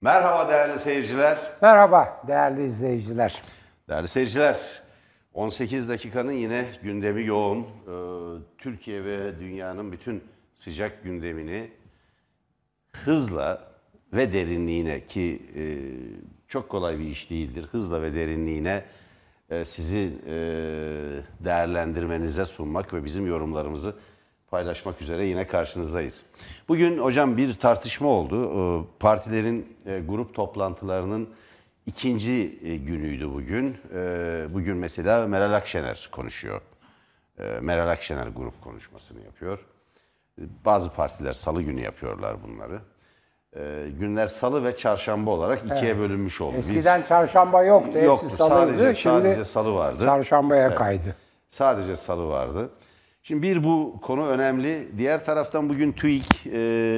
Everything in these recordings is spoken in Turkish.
Merhaba değerli seyirciler. Merhaba değerli izleyiciler. Değerli seyirciler, 18 dakikanın yine gündemi yoğun. Türkiye ve dünyanın bütün sıcak gündemini hızla ve derinliğine ki çok kolay bir iş değildir. Hızla ve derinliğine sizi değerlendirmenize sunmak ve bizim yorumlarımızı paylaşmak üzere yine karşınızdayız. Bugün hocam bir tartışma oldu. Partilerin grup toplantılarının ikinci günüydü bugün. Bugün mesela Meral Akşener konuşuyor. Meral Akşener grup konuşmasını yapıyor. Bazı partiler salı günü yapıyorlar bunları. Günler salı ve çarşamba olarak ikiye bölünmüş oldu. Eskiden çarşamba yoktu. Yoktu. Salıydı. Sadece salı vardı. Çarşambaya kaydı. Sadece salı vardı. Şimdi bu konu önemli. Diğer taraftan bugün TÜİK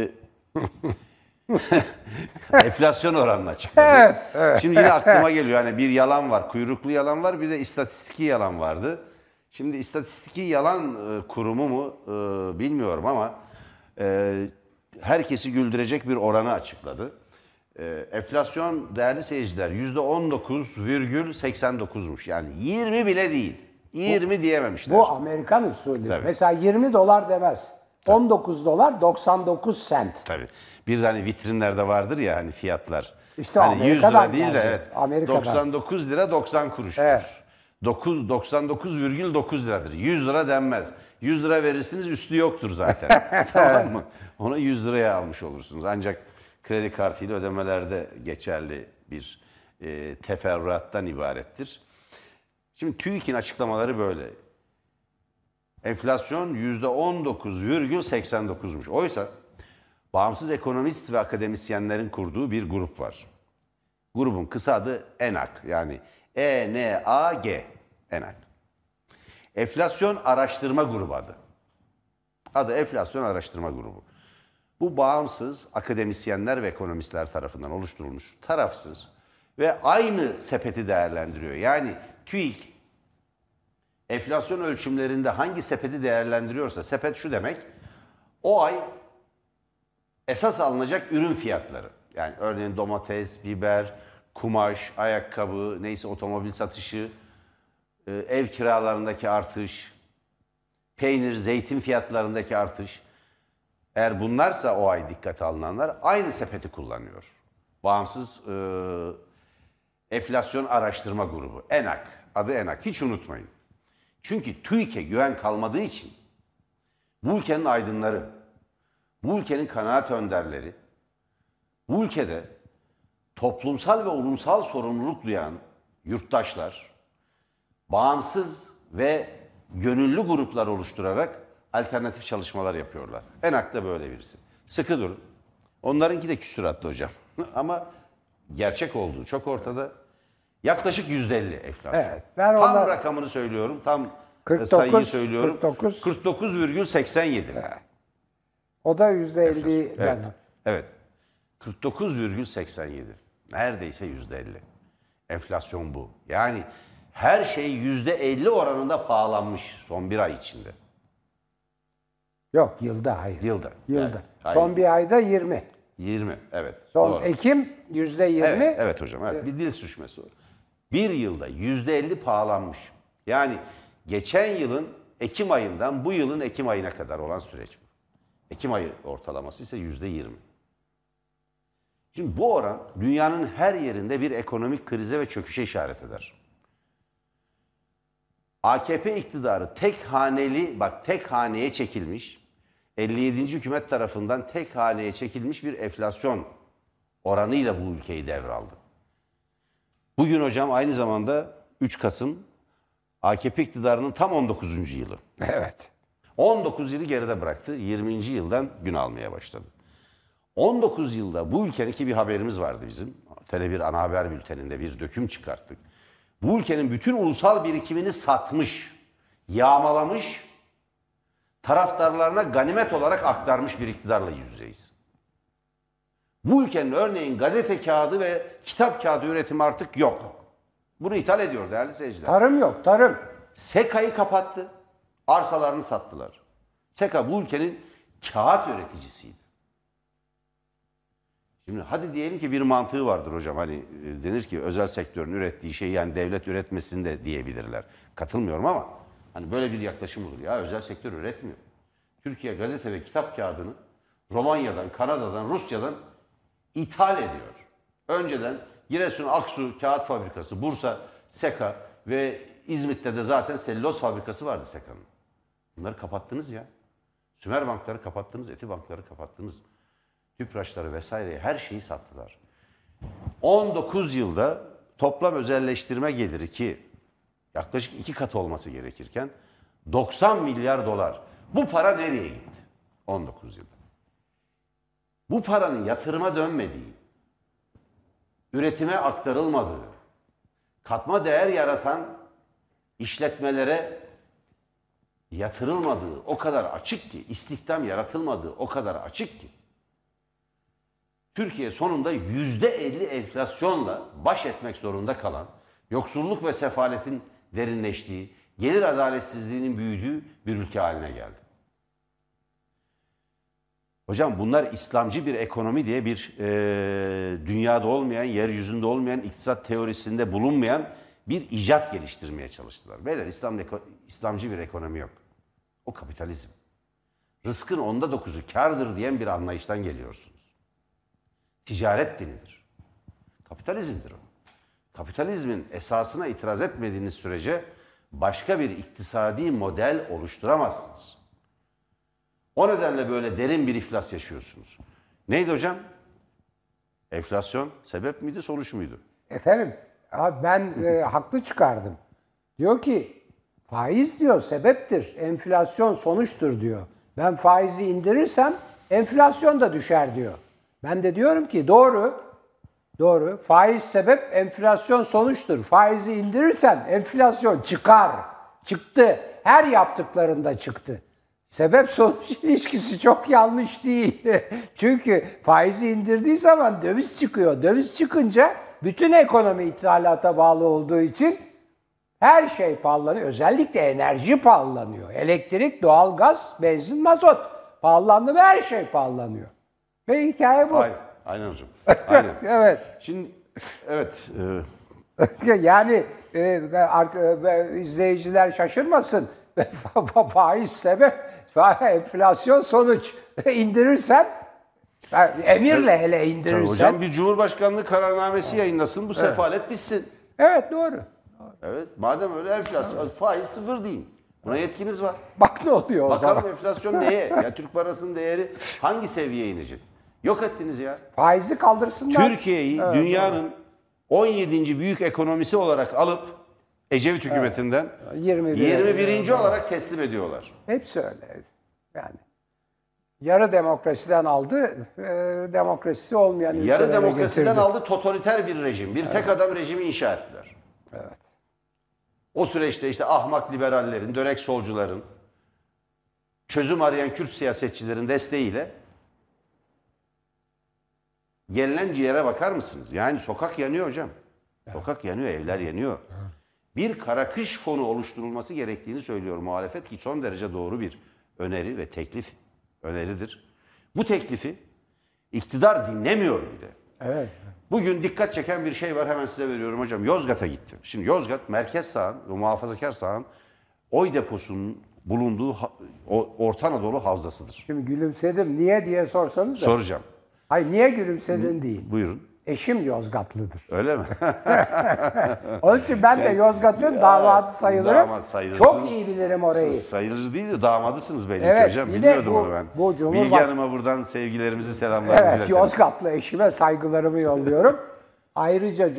enflasyon oranını açıkladı. Evet. Şimdi yine aklıma geliyor. Hani bir yalan var, kuyruklu yalan var, bir de istatistiki yalan vardı. Şimdi istatistiki yalan kurumu mu bilmiyorum ama herkesi güldürecek bir oranı açıkladı. Enflasyon değerli seyirciler %19,89'muş. Yani 20 bile değil. 20 diyememişler. Bu Amerikan usulü. Tabii. Mesela 20 dolar demez. 19 dolar 99 sent. Tabii. Bir de hani vitrinlerde vardır ya hani fiyatlar. İşte hani 100 lira Amerika'dan değil de geldi. evet. Amerika'dan. 99 lira 90 kuruştur. Evet. 99,9 liradır. 100 lira denmez. 100 lira verirsiniz üstü yoktur zaten. Tamam mı? Onu 100 liraya almış olursunuz. Ancak kredi kartıyla ödemelerde geçerli bir teferruattan ibarettir. Şimdi TÜİK'in açıklamaları böyle. Enflasyon %19,89'muş. Oysa bağımsız ekonomist ve akademisyenlerin kurduğu bir grup var. Grubun kısa adı ENAG, yani E-N-A-G, ENAG. Enflasyon Araştırma Grubu adı. Adı Enflasyon Araştırma Grubu. Bu bağımsız akademisyenler ve ekonomistler tarafından oluşturulmuş, tarafsız ve aynı sepeti değerlendiriyor. Yani TÜİK enflasyon ölçümlerinde hangi sepeti değerlendiriyorsa, sepet şu demek, o ay esas alınacak ürün fiyatları. Yani örneğin domates, biber, kumaş, ayakkabı, neyse otomobil satışı, ev kiralarındaki artış, peynir, zeytin fiyatlarındaki artış. Eğer bunlarsa o ay dikkate alınanlar aynı sepeti kullanıyor. Bağımsız Enflasyon Araştırma Grubu. ENAG. Adı ENAG. Hiç unutmayın. Çünkü TÜİK'e güven kalmadığı için bu ülkenin aydınları, bu ülkenin kanaat önderleri, bu ülkede toplumsal ve ulusal sorumluluk duyan yurttaşlar bağımsız ve gönüllü gruplar oluşturarak alternatif çalışmalar yapıyorlar. ENAG da böyle birisi. Sıkı durun. Onlarınki de küsuratlı hocam. Ama gerçek olduğu çok ortada. Yaklaşık %50 enflasyon. Evet, Tam rakamını söylüyorum. Tam 49, sayıyı söylüyorum. 49,87. Evet. O da %50. Evet. Evet. 49,87. Neredeyse %50. Enflasyon bu. Yani her şey %50 oranında pahalanmış son bir ay içinde. Yok, yılda hayır. Yılda. Yılda. Yani, son bir ayda 20. 20, evet. Son doğru. Ekim %20. Evet, evet hocam. Evet. Bir dil sürçmesi var. Bir yılda %50 pahalanmış. Yani geçen yılın Ekim ayından bu yılın Ekim ayına kadar olan süreç bu. Ekim ayı ortalaması ise %20. Şimdi bu oran dünyanın her yerinde bir ekonomik krize ve çöküşe işaret eder. AKP iktidarı tek haneye çekilmiş, 57. hükümet tarafından tek haneye çekilmiş bir enflasyon oranıyla bu ülkeyi devraldı. Bugün hocam aynı zamanda 3 Kasım AKP iktidarının tam 19. yılı. Evet. 19 yılı geride bıraktı. 20. yıldan gün almaya başladı. 19 yılda bu ülkenin ki bir haberimiz vardı bizim. Tele1 ana haber bülteninde bir döküm çıkarttık. Bu ülkenin bütün ulusal birikimini satmış, yağmalamış, taraftarlarına ganimet olarak aktarmış bir iktidarla yüz yüzeyiz. Bu ülkenin örneğin gazete kağıdı ve kitap kağıdı üretimi artık yok. Bunu ithal ediyor değerli seyirciler. Tarım yok, tarım. SEKA'yı kapattı. Arsalarını sattılar. SEKA bu ülkenin kağıt üreticisiydi. Şimdi hadi diyelim ki bir mantığı vardır hocam. Hani denir ki özel sektörün ürettiği şeyi yani devlet üretmesin de diyebilirler. Katılmıyorum ama hani böyle bir yaklaşım olur. Ya özel sektör üretmiyor. Türkiye gazete ve kitap kağıdını Romanya'dan, Kanada'dan, Rusya'dan ithal ediyor. Önceden Giresun Aksu Kağıt Fabrikası, Bursa Seka ve İzmit'te de zaten selüloz fabrikası vardı Seka'nın. Bunları kapattınız ya. Sümer bankları kapattınız, Eti bankları kapattınız. Tüpraşları vesaire her şeyi sattılar. 19 yılda toplam özelleştirme geliri ki yaklaşık 2 kat olması gerekirken 90 milyar dolar. Bu para nereye gitti? 19 yılda. Bu paranın yatırıma dönmediği, üretime aktarılmadığı, katma değer yaratan işletmelere yatırılmadığı o kadar açık ki, istihdam yaratılmadığı o kadar açık ki, Türkiye sonunda %50 enflasyonla baş etmek zorunda kalan, yoksulluk ve sefaletin derinleştiği, gelir adaletsizliğinin büyüdüğü bir ülke haline geldi. Hocam bunlar İslamcı bir ekonomi diye bir dünyada olmayan, yeryüzünde olmayan, iktisat teorisinde bulunmayan bir icat geliştirmeye çalıştılar. Beyler İslamcı bir ekonomi yok. O kapitalizm. Rızkın 9'u kârdır diyen bir anlayıştan geliyorsunuz. Ticaret dinidir. Kapitalizmdir o. Kapitalizmin esasına itiraz etmediğiniz sürece başka bir iktisadi model oluşturamazsınız. O nedenle böyle derin bir iflas yaşıyorsunuz. Neydi hocam? Enflasyon sebep miydi, sonuç muydu? Efendim, abi ben haklı çıkardım. Diyor ki faiz diyor sebeptir, enflasyon sonuçtur diyor. Ben faizi indirirsem enflasyon da düşer diyor. Ben de diyorum ki doğru, doğru. Faiz sebep, enflasyon sonuçtur. Faizi indirirsen enflasyon çıkar. Çıktı. Her yaptıklarında çıktı. Sebep sonuç ilişkisi çok yanlış değil. Çünkü faizi indirdiği zaman döviz çıkıyor. Döviz çıkınca bütün ekonomi ithalata bağlı olduğu için her şey pahalanıyor. Özellikle enerji pahalanıyor. Elektrik, doğalgaz, benzin, mazot pahalandı ve her şey pahalanıyor. Ve hikaye bu. Aynen hocam. Aynen. Evet. Şimdi evet. Yani izleyiciler şaşırmasın. Faiz sebep, enflasyon sonuç. İndirirsen, emirle hele indirirsen. Hocam bir Cumhurbaşkanlığı kararnamesi yayınlasın, bu sefalet bitsin. Evet, doğru. Evet, madem öyle enflasyon, faiz sıfır deyin. Buna yetkiniz var. Bak ne oluyor o zaman. Bakalım enflasyon neye? Ya Türk parasının değeri hangi seviyeye inecek? Yok ettiniz ya. Faizi kaldırsınlar. Türkiye'yi dünyanın 17. büyük ekonomisi olarak alıp Ecevit hükümetinden 21. olarak teslim ediyorlar. Hepsi öyle. Yani yarı demokrasiden aldı, demokrasisi olmayan Yarı demokrasiden getirdi. aldı, totaliter bir rejim. Bir tek adam rejimi inşa ettiler. Evet. O süreçte işte ahmak liberallerin, dönek solcuların, çözüm arayan Kürt siyasetçilerin desteğiyle gelinen ciğere bakar mısınız? Yani sokak yanıyor hocam. Sokak yanıyor, evler yanıyor. Bir kara kış fonu oluşturulması gerektiğini söylüyor muhalefet ki son derece doğru bir öneri ve teklif öneridir. Bu teklifi iktidar dinlemiyor bile. Evet. Bugün dikkat çeken bir şey var, hemen size veriyorum hocam. Yozgat'a gittim. Şimdi Yozgat merkez sağın ve muhafazakar sağın oy deposunun bulunduğu Orta Anadolu havzasıdır. Şimdi gülümsedim. Niye diye sorsanız da. Soracağım. Hayır, niye gülümsedin değil. Buyurun. Eşim Yozgatlıdır. Öyle mi? Onun için ben de Yozgat'ın damadı sayılırım. Damat sayılırsın. Çok iyi bilirim orayı. Siz sayılır değil de damadısınız belli ki Evet, hocam. bir de Bilmiyordum bu- onu ben. bu Cumhurbaş- Bilge Hanım'a buradan sevgilerimizi, selamlarımızı Evet, iletelim. Yozgatlı eşime saygılarımı yolluyorum. Ayrıca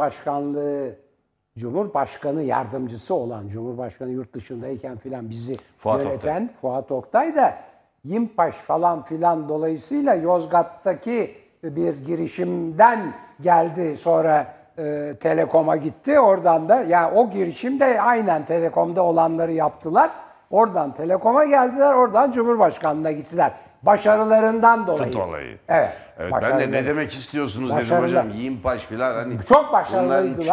Cumhurbaşkanı yardımcısı olan, Cumhurbaşkanı yurt dışındayken filan bizi Fuat yöneten Fuat Oktay da Yimpaş falan filan dolayısıyla Yozgat'taki bir girişimden geldi, sonra Telekom'a gitti. Oradan da yani o girişimde aynen Telekom'da olanları yaptılar. Oradan Telekom'a geldiler, oradan Cumhurbaşkanlığına gittiler. Başarılarından dolayı. Evet. Evet, ben de ne demek istiyorsunuz dedim Başarılı. hocam. Yimpaş filan hani. Çok başarılıydılar.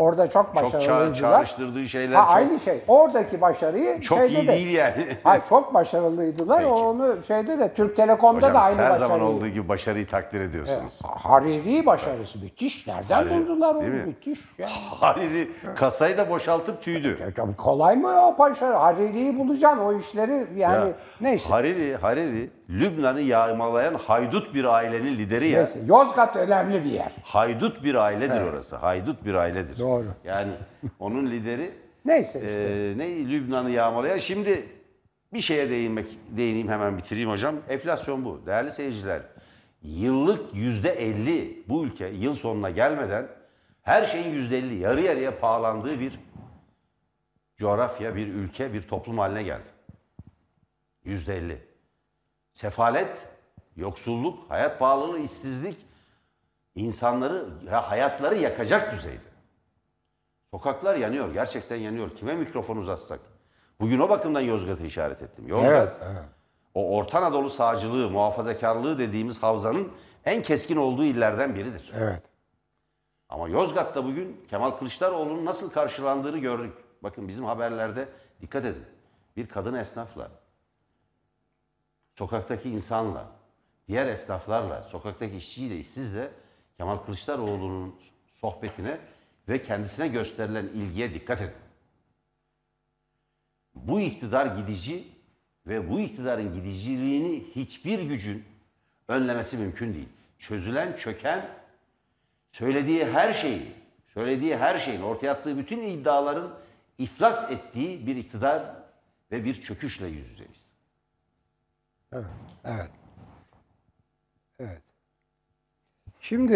Orada çok Çok başarılıydılar. çağrıştırdığı şeyler Ha, çok aynı şey. Oradaki başarıyı çok iyi değil yani. Hayır, çok başarılıydılar. Peki. Onu şeyde de Türk Telekom'da Hocam da aynı her başarıyı. zaman olduğu gibi başarıyı takdir ediyorsunuz. Hariri başarısı müthiş. Nereden Hariri, buldular onu? değil mi? Müthiş. Yani. Hariri kasayı da boşaltıp tüydü. Tabii kolay mı o başarı? Hariri'yi bulacaksın o işleri yani Ya, neyse. Hariri Lübnan'ı yağmalayan haydut bir ailenin lideri ya. Neyse. Yozgat önemli bir yer. Haydut bir ailedir orası. Haydut bir ailedir. Doğru. Yani onun lideri Neyse işte. Lübnan'ı yağmalayan. Şimdi bir şeye değineyim hemen bitireyim hocam. Enflasyon bu. Değerli seyirciler. Yıllık %50 bu ülke yıl sonuna gelmeden her şeyin %50 yarı yarıya pahalandığı bir coğrafya, bir ülke, bir toplum haline geldi. %50. Sefalet, yoksulluk, hayat pahalılığı, işsizlik insanları, hayatları yakacak düzeyde. Sokaklar yanıyor, gerçekten yanıyor. Kime mikrofon uzatsak? Bugün o bakımdan Yozgat'ı işaret ettim. Yozgat, Evet. o Orta Anadolu sağcılığı, muhafazakarlığı dediğimiz havzanın en keskin olduğu illerden biridir. Evet. Ama Yozgat'ta bugün Kemal Kılıçdaroğlu'nun nasıl karşılandığını gördük. Bakın bizim haberlerde dikkat edin. Bir kadın esnafla, sokaktaki insanla, diğer esnaflarla, sokaktaki işçiyle, işsizle Kemal Kılıçdaroğlu'nun sohbetine ve kendisine gösterilen ilgiye dikkat edin. Bu iktidar gidici ve bu iktidarın gidiciliğini hiçbir gücün önlemesi mümkün değil. Çöken, söylediği her şeyin ortaya attığı bütün iddiaların iflas ettiği bir iktidar ve bir çöküşle yüz yüzeyiz. Evet. Evet. Evet. Şimdi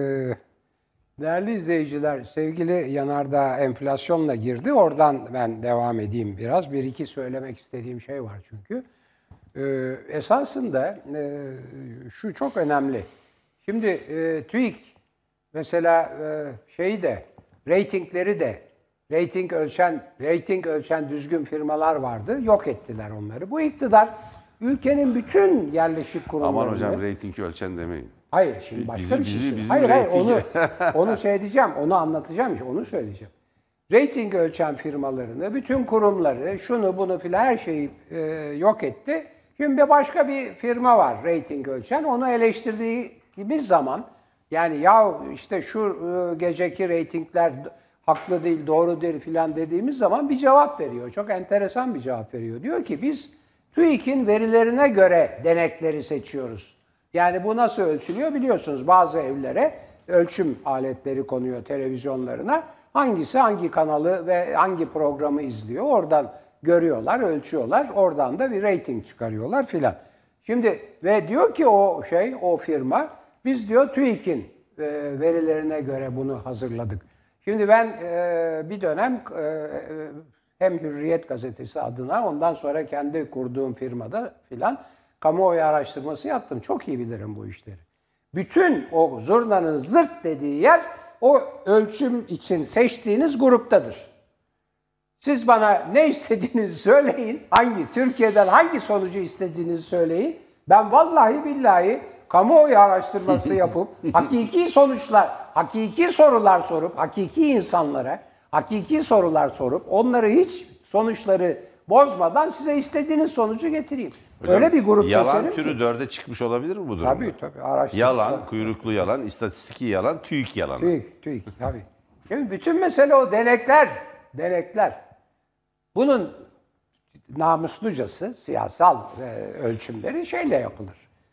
değerli izleyiciler, sevgili Yanardağ enflasyonla girdi. Oradan ben devam edeyim biraz. Bir iki söylemek istediğim şey var çünkü. Esasında şu çok önemli. Şimdi TÜİK mesela reytingleri de reyting ölçen düzgün firmalar vardı. Yok ettiler onları. Bu iktidar ülkenin bütün yerleşik kurumlarını... Aman hocam reytingi ölçen demeyin. Hayır şimdi başka bir şey. Bizim Hayır reytingi... onu şey diyeceğim, onu anlatacağım işte, onu söyleyeceğim. Reyting ölçen firmalarını, bütün kurumları, şunu bunu filan her şeyi yok etti. Şimdi başka bir firma var reyting ölçen. Onu eleştirdiğimiz zaman yani ya işte şu geceki reytingler haklı değil, doğru değil filan dediğimiz zaman bir cevap veriyor. Çok enteresan bir cevap veriyor. Diyor ki biz TÜİK'in verilerine göre denekleri seçiyoruz. Yani bu nasıl ölçülüyor biliyorsunuz, bazı evlere ölçüm aletleri konuyor televizyonlarına. Hangisi hangi kanalı ve hangi programı izliyor oradan görüyorlar, ölçüyorlar. Oradan da bir reyting çıkarıyorlar filan. Şimdi ve diyor ki o firma biz diyor TÜİK'in verilerine göre bunu hazırladık. Şimdi ben bir dönem hem Hürriyet gazetesi adına ondan sonra kendi kurduğum firmada filan kamuoyu araştırması yaptım. Çok iyi bilirim bu işleri. Bütün o zurnanın zırt dediği yer o ölçüm için seçtiğiniz gruptadır. Siz bana ne istediğinizi söyleyin. Türkiye'den hangi sonucu istediğinizi söyleyin. Ben vallahi billahi kamuoyu araştırması yapıp hakiki sonuçlar, hakiki sorular sorup, hakiki insanlara hakiki sorular sorup onları hiç sonuçları bozmadan size istediğiniz sonucu getireyim. Hocam, öyle bir grup yalan seçerim türü ki. 4'e çıkmış olabilir mi bu durumda? Tabii araştırma. Yalan, kuyruklu yalan, istatistiki yalan, TÜİK yalanı. TÜİK tabii. Şimdi bütün mesele o denekler. Bunun namuslucası siyasal ölçümleri şeyle yapılır.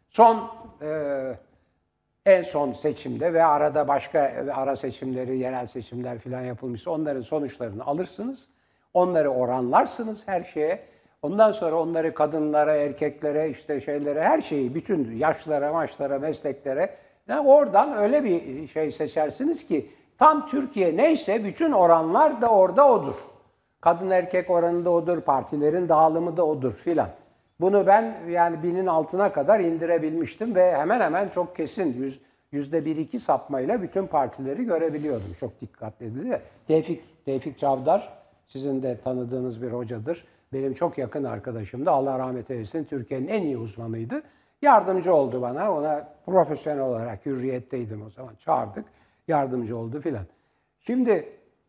En son seçimde ve arada başka ara seçimleri, yerel seçimler falan yapılmışsa onların sonuçlarını alırsınız. Onları oranlarsınız her şeye. Ondan sonra onları kadınlara, erkeklere, işte şeylere, her şeyi, bütün yaşlara, mesleklere, yani oradan öyle bir şey seçersiniz ki tam Türkiye neyse bütün oranlar da orada odur. Kadın erkek oranı da odur, partilerin dağılımı da odur filan. Bunu ben yani 1000'in altına kadar indirebilmiştim ve hemen hemen çok kesin %1-2 sapmayla bütün partileri görebiliyordum. Çok dikkatli edildi. Tevfik Çavdar, sizin de tanıdığınız bir hocadır. Benim çok yakın arkadaşımdı. Allah rahmet eylesin. Türkiye'nin en iyi uzmanıydı. Yardımcı oldu bana. Ona profesyonel olarak Hürriyet'teydim o zaman. Çağırdık. Yardımcı oldu filan. Şimdi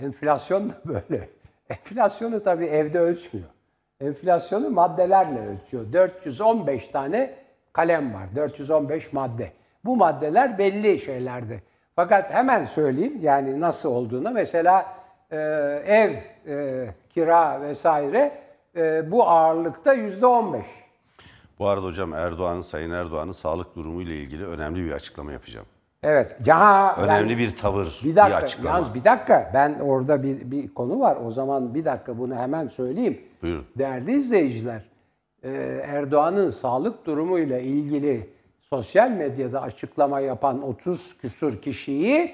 Enflasyon da böyle. Enflasyonu tabii evde ölçmüyor. Enflasyonu maddelerle ölçüyor. 415 tane kalem var. 415 madde. Bu maddeler belli şeylerde. Fakat hemen söyleyeyim yani nasıl olduğunu. Mesela ev, kira vesaire bu ağırlıkta %15. Bu arada hocam Sayın Erdoğan'ın sağlık durumu ile ilgili önemli bir açıklama yapacağım. Evet. Önemli bir tavır, bir dakika, bir açıklama. Yalnız bir dakika. Ben orada bir konu var. O zaman bir dakika bunu hemen söyleyeyim. Buyurun. Değerli izleyiciler, Erdoğan'ın sağlık durumuyla ilgili sosyal medyada açıklama yapan 30 küsur kişiyi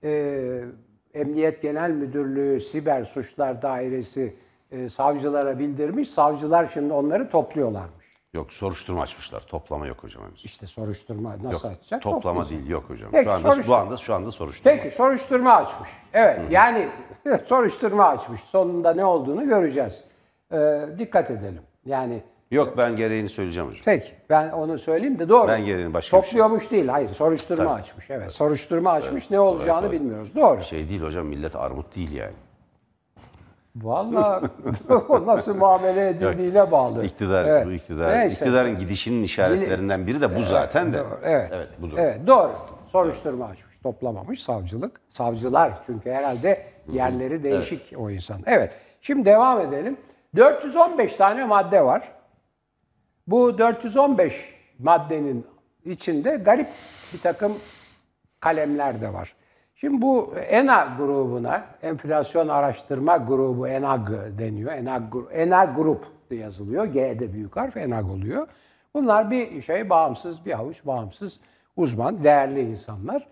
Emniyet Genel Müdürlüğü Siber Suçlar Dairesi savcılara bildirmiş. Savcılar şimdi onları topluyorlarmış. Yok, soruşturma açmışlar. Toplama yok hocam henüz. İşte soruşturma nasıl Yok, açacak? toplama değil, yok hocam. Peki, Şu anda soruşturma. Peki soruşturma açmış. Evet yani soruşturma açmış. Sonunda ne olduğunu göreceğiz. Dikkat edelim. Yani Yok, ben gereğini söyleyeceğim hocam. peki ben onu söyleyeyim de doğru. Ben gereğini başka bir şey. Topluyormuş değil. Hayır soruşturma açmış. Evet soruşturma açmış. Ne olacağını kolay. bilmiyoruz. Doğru. Şey değil hocam, millet armut değil yani. Vallahi o nasıl muamele edildiğine bağlı. İktidar, bu Neyse. iktidarın gidişinin işaretlerinden biri de bu zaten de. Doğru. Evet. budur. Evet doğru. Soruşturma açmış. Toplamamış savcılık. Savcılar çünkü herhalde yerleri değişik o insan. Evet. Şimdi devam edelim. 415 tane madde var. Bu 415 maddenin içinde garip bir takım kalemler de var. Şimdi bu ENA grubuna, enflasyon araştırma grubu ENAG deniyor. ENAG Grup diye yazılıyor. G'de büyük harf ENAG oluyor. Bunlar bir bağımsız, bir avuç bağımsız uzman, değerli insanlar.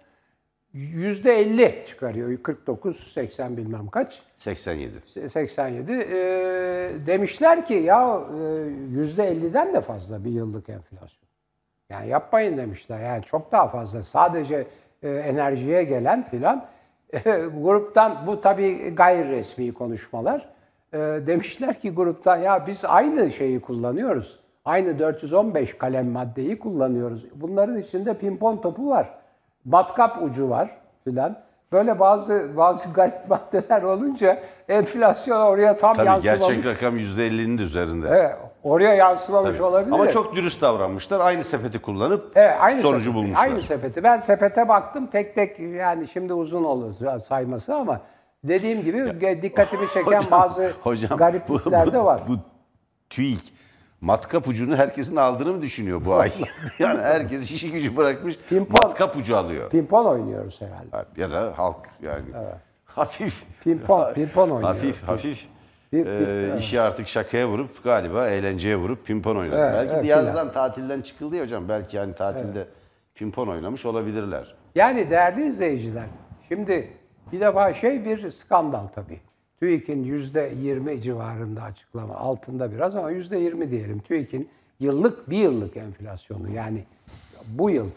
%50 çıkarıyor. 49, 80 bilmem kaç. 87. 87. Demişler ki ya %50'den de fazla bir yıllık enflasyon. Yani yapmayın demişler. Yani çok daha fazla. Sadece enerjiye gelen filan gruptan bu tabii gayri resmi konuşmalar. Demişler ki gruptan ya biz aynı şeyi kullanıyoruz. Aynı 415 kalem maddeyi kullanıyoruz. Bunların içinde pimpon topu var. Matkap ucu var filan. Böyle bazı garip maddeler olunca enflasyon oraya tam Tabii yansımamış. gerçek rakam %50'nin de üzerinde. Evet, oraya yansımamış olabilir. Ama çok dürüst davranmışlar. Aynı sepeti kullanıp sonucu bulmuşlar. Aynı sepeti. Ben sepete baktım tek tek yani şimdi uzun olur sayması ama dediğim gibi dikkatimi çeken bazı gariplikler de var. Bu TÜİK matkap ucunu herkesin aldığını mı düşünüyor bu ay? Yani herkes işi gücü bırakmış matkap ucu alıyor. Pimpon oynuyoruz herhalde. Ya da halk yani. Evet. Hafif. Pimpon oynuyoruz. Hafif. İşi artık şakaya vurup galiba eğlenceye vurup pimpon oynadı. Evet, Belki de yazdan tatilden çıkıldı ya hocam. Belki yani tatilde pimpon oynamış olabilirler. Yani değerli izleyiciler şimdi bir defa bir skandal tabii. TÜİK'in %20 civarında açıklama altında biraz ama %20 diyelim. TÜİK'in bir yıllık enflasyonu yani bu yıl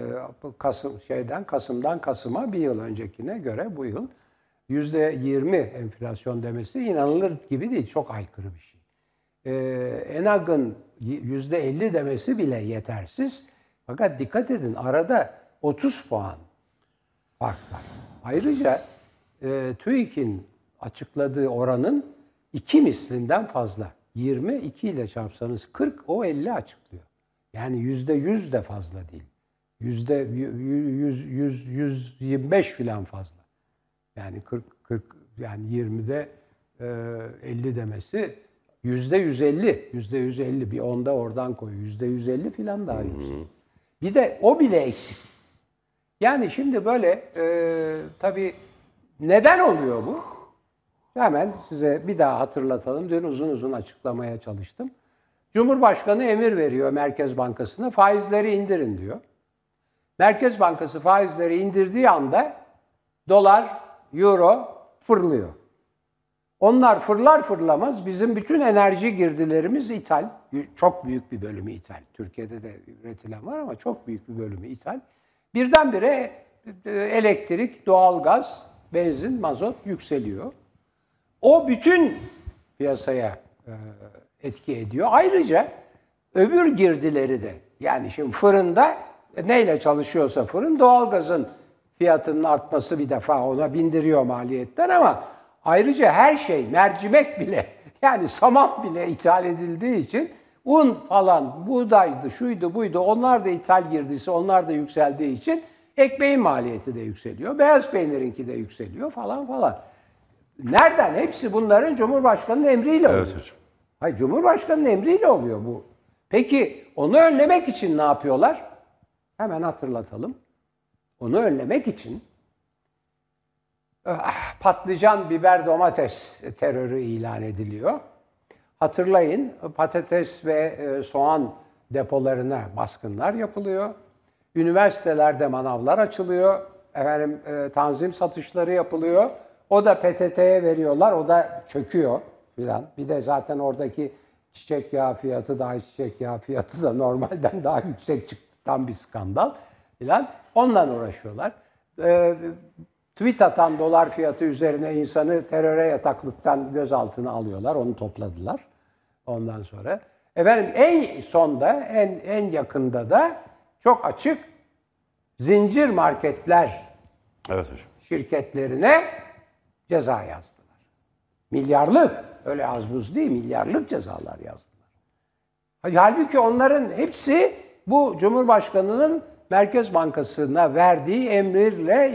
Kasım'dan Kasım'a bir yıl öncekine göre bu yıl %20 enflasyon demesi inanılır gibi değil. Çok aykırı bir şey. ENAG'ın %50 demesi bile yetersiz. Fakat dikkat edin arada 30 puan fark var. Ayrıca TÜİK'in açıkladığı oranın 2 mislinden fazla. 20, 2 ile çarpsanız 40, o 50 açıklıyor. Yani %100 de fazla değil. %125 filan fazla. Yani 40 yani 20'de 50 demesi %150 bir onda oradan koy. %150 filan daha yüksek. Bir de o bile eksik. Yani şimdi böyle tabii neden oluyor bu? Hemen size bir daha hatırlatalım. Dün uzun uzun açıklamaya çalıştım. Cumhurbaşkanı emir veriyor Merkez Bankası'na faizleri indirin diyor. Merkez Bankası faizleri indirdiği anda dolar, euro fırlıyor. Onlar fırlar fırlamaz bizim bütün enerji girdilerimiz ithal. Çok büyük bir bölümü ithal. Türkiye'de de üretilen var ama çok büyük bir bölümü ithal. Birdenbire elektrik, doğalgaz, benzin, mazot yükseliyor. O bütün piyasaya etki ediyor. Ayrıca öbür girdileri de yani şimdi fırında neyle çalışıyorsa fırın doğalgazın fiyatının artması bir defa ona bindiriyor maliyetten ama ayrıca her şey, mercimek bile, yani saman bile ithal edildiği için un falan, buğdaydı, şuydu buydu, onlar da ithal girdisi, onlar da yükseldiği için ekmeğin maliyeti de yükseliyor. Beyaz peynirinki de yükseliyor falan falan. Nereden? Hepsi bunların Cumhurbaşkanı'nın emriyle oluyor. Evet hocam. Hayır, Cumhurbaşkanı'nın emriyle oluyor bu. Peki onu önlemek için ne yapıyorlar? Hemen hatırlatalım. Onu önlemek için patlıcan, biber, domates terörü ilan ediliyor. Hatırlayın, patates ve soğan depolarına baskınlar yapılıyor. Üniversitelerde manavlar açılıyor. Tanzim satışları yapılıyor. O da PTT'ye veriyorlar. O da çöküyor filan. Bir de zaten oradaki çiçek yağı fiyatı da, çiçek yağı fiyatı da normalden daha yüksek çıktı. Tam bir skandal filan. Ondan uğraşıyorlar. Tweet atan dolar fiyatı üzerine insanı teröre yataklıktan gözaltına alıyorlar. Onu topladılar. Ondan sonra. En sonda, en yakında da çok açık zincir marketler Evet hocam. şirketlerine ceza yazdılar. Milyarlık, öyle az buz değil, milyarlık cezalar yazdılar. Halbuki onların hepsi bu Cumhurbaşkanı'nın Merkez Bankası'na verdiği emriyle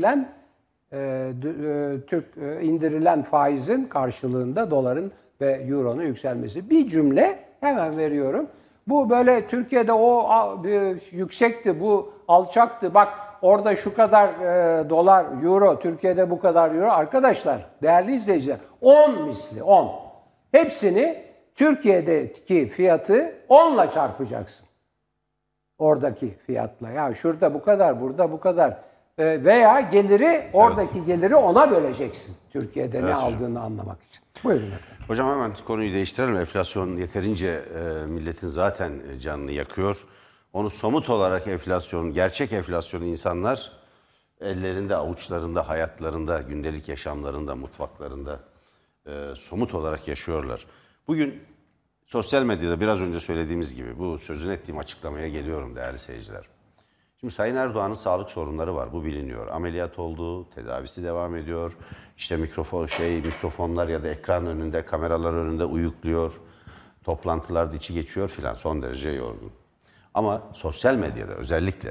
indirilen faizin karşılığında doların ve euronun yükselmesi. Bir cümle hemen veriyorum. Bu böyle Türkiye'de yüksekti, bu alçaktı. Bak orada şu kadar dolar, euro, Türkiye'de bu kadar euro. Arkadaşlar, değerli izleyiciler, 10 misli, 10. Hepsini Türkiye'deki fiyatı 10'la çarpacaksın. Oradaki fiyatla. Ya şurada bu kadar, burada bu kadar. Veya geliri, oradaki geliri ona böleceksin. Türkiye'de ne aldığını anlamak için. Buyurun efendim. Hocam hemen konuyu değiştirelim. Enflasyon yeterince milletin zaten canını yakıyor. Onu somut olarak gerçek enflasyonu insanlar ellerinde, avuçlarında, hayatlarında, gündelik yaşamlarında, mutfaklarında somut olarak yaşıyorlar. Bugün sosyal medyada biraz önce söylediğimiz gibi bu sözünü ettiğim açıklamaya geliyorum değerli seyirciler. Şimdi Sayın Erdoğan'ın sağlık sorunları var. Bu biliniyor. Ameliyat oldu, tedavisi devam ediyor. İşte mikrofonlar ya da ekran önünde, kameralar önünde uyukluyor. Toplantılarda içi geçiyor filan. Son derece yorgun. Ama sosyal medyada özellikle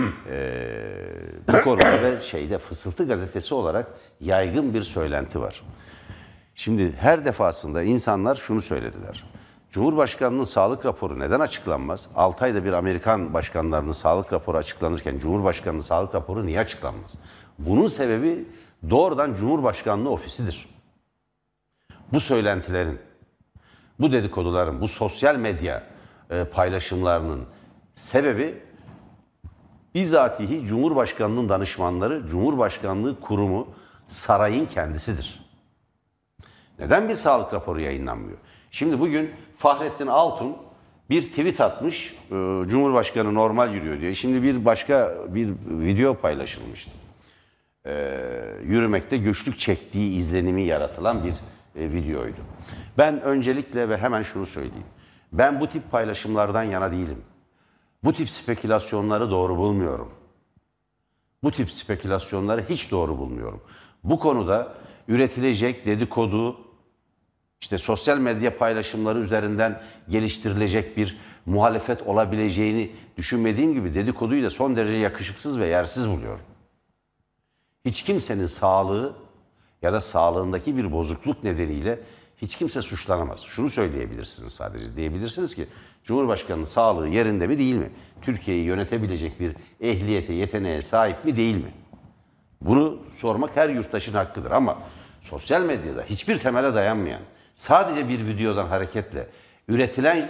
bu konuda ve Fısıltı Gazetesi olarak yaygın bir söylenti var. Şimdi her defasında insanlar şunu söylediler. Cumhurbaşkanının sağlık raporu neden açıklanmaz? 6 ayda bir Amerikan başkanlarının sağlık raporu açıklanırken Cumhurbaşkanının sağlık raporu niye açıklanmaz? Bunun sebebi doğrudan Cumhurbaşkanlığı ofisidir. Bu söylentilerin, bu dedikoduların, bu sosyal medya paylaşımlarının sebebi bizatihi Cumhurbaşkanlığının danışmanları, Cumhurbaşkanlığı kurumu, sarayın kendisidir. Neden bir sağlık raporu yayınlanmıyor? Şimdi bugün Fahrettin Altun bir tweet atmış, Cumhurbaşkanı normal yürüyor diye. Şimdi bir video paylaşılmıştı. Yürümekte güçlük çektiği izlenimi yaratılan bir videoydu. Ben öncelikle ve hemen şunu söyleyeyim. Ben bu tip paylaşımlardan yana değilim. Bu tip spekülasyonları doğru bulmuyorum. Bu tip spekülasyonları hiç doğru bulmuyorum. Bu konuda üretilecek dedikodu, İşte sosyal medya paylaşımları üzerinden geliştirilecek bir muhalefet olabileceğini düşünmediğim gibi dedikoduyu da son derece yakışıksız ve yersiz buluyorum. Hiç kimsenin sağlığı ya da sağlığındaki bir bozukluk nedeniyle hiç kimse suçlanamaz. Şunu söyleyebilirsiniz sadece. Diyebilirsiniz ki Cumhurbaşkanı'nın sağlığı yerinde mi değil mi? Türkiye'yi yönetebilecek bir ehliyete, yeteneğe sahip mi değil mi? Bunu sormak her yurttaşın hakkıdır ama sosyal medyada hiçbir temele dayanmayan, sadece bir videodan hareketle üretilen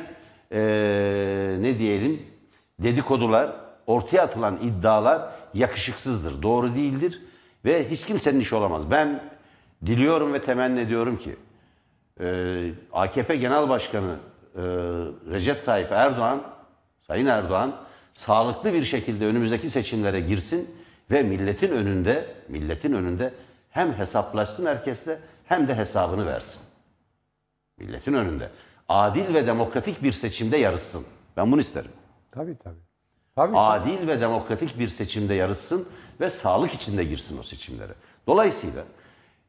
dedikodular, ortaya atılan iddialar yakışıksızdır, doğru değildir ve hiç kimsenin işi olamaz. Ben diliyorum ve temenni ediyorum ki AKP Genel Başkanı Recep Tayyip Erdoğan, Sayın Erdoğan sağlıklı bir şekilde önümüzdeki seçimlere girsin ve milletin önünde hem hesaplaşsın herkesle hem de hesabını versin. Milletin önünde. Adil ve demokratik bir seçimde yarışsın. Ben bunu isterim. Tabii. Adil ve demokratik bir seçimde yarışsın ve sağlık içinde girsin o seçimlere. Dolayısıyla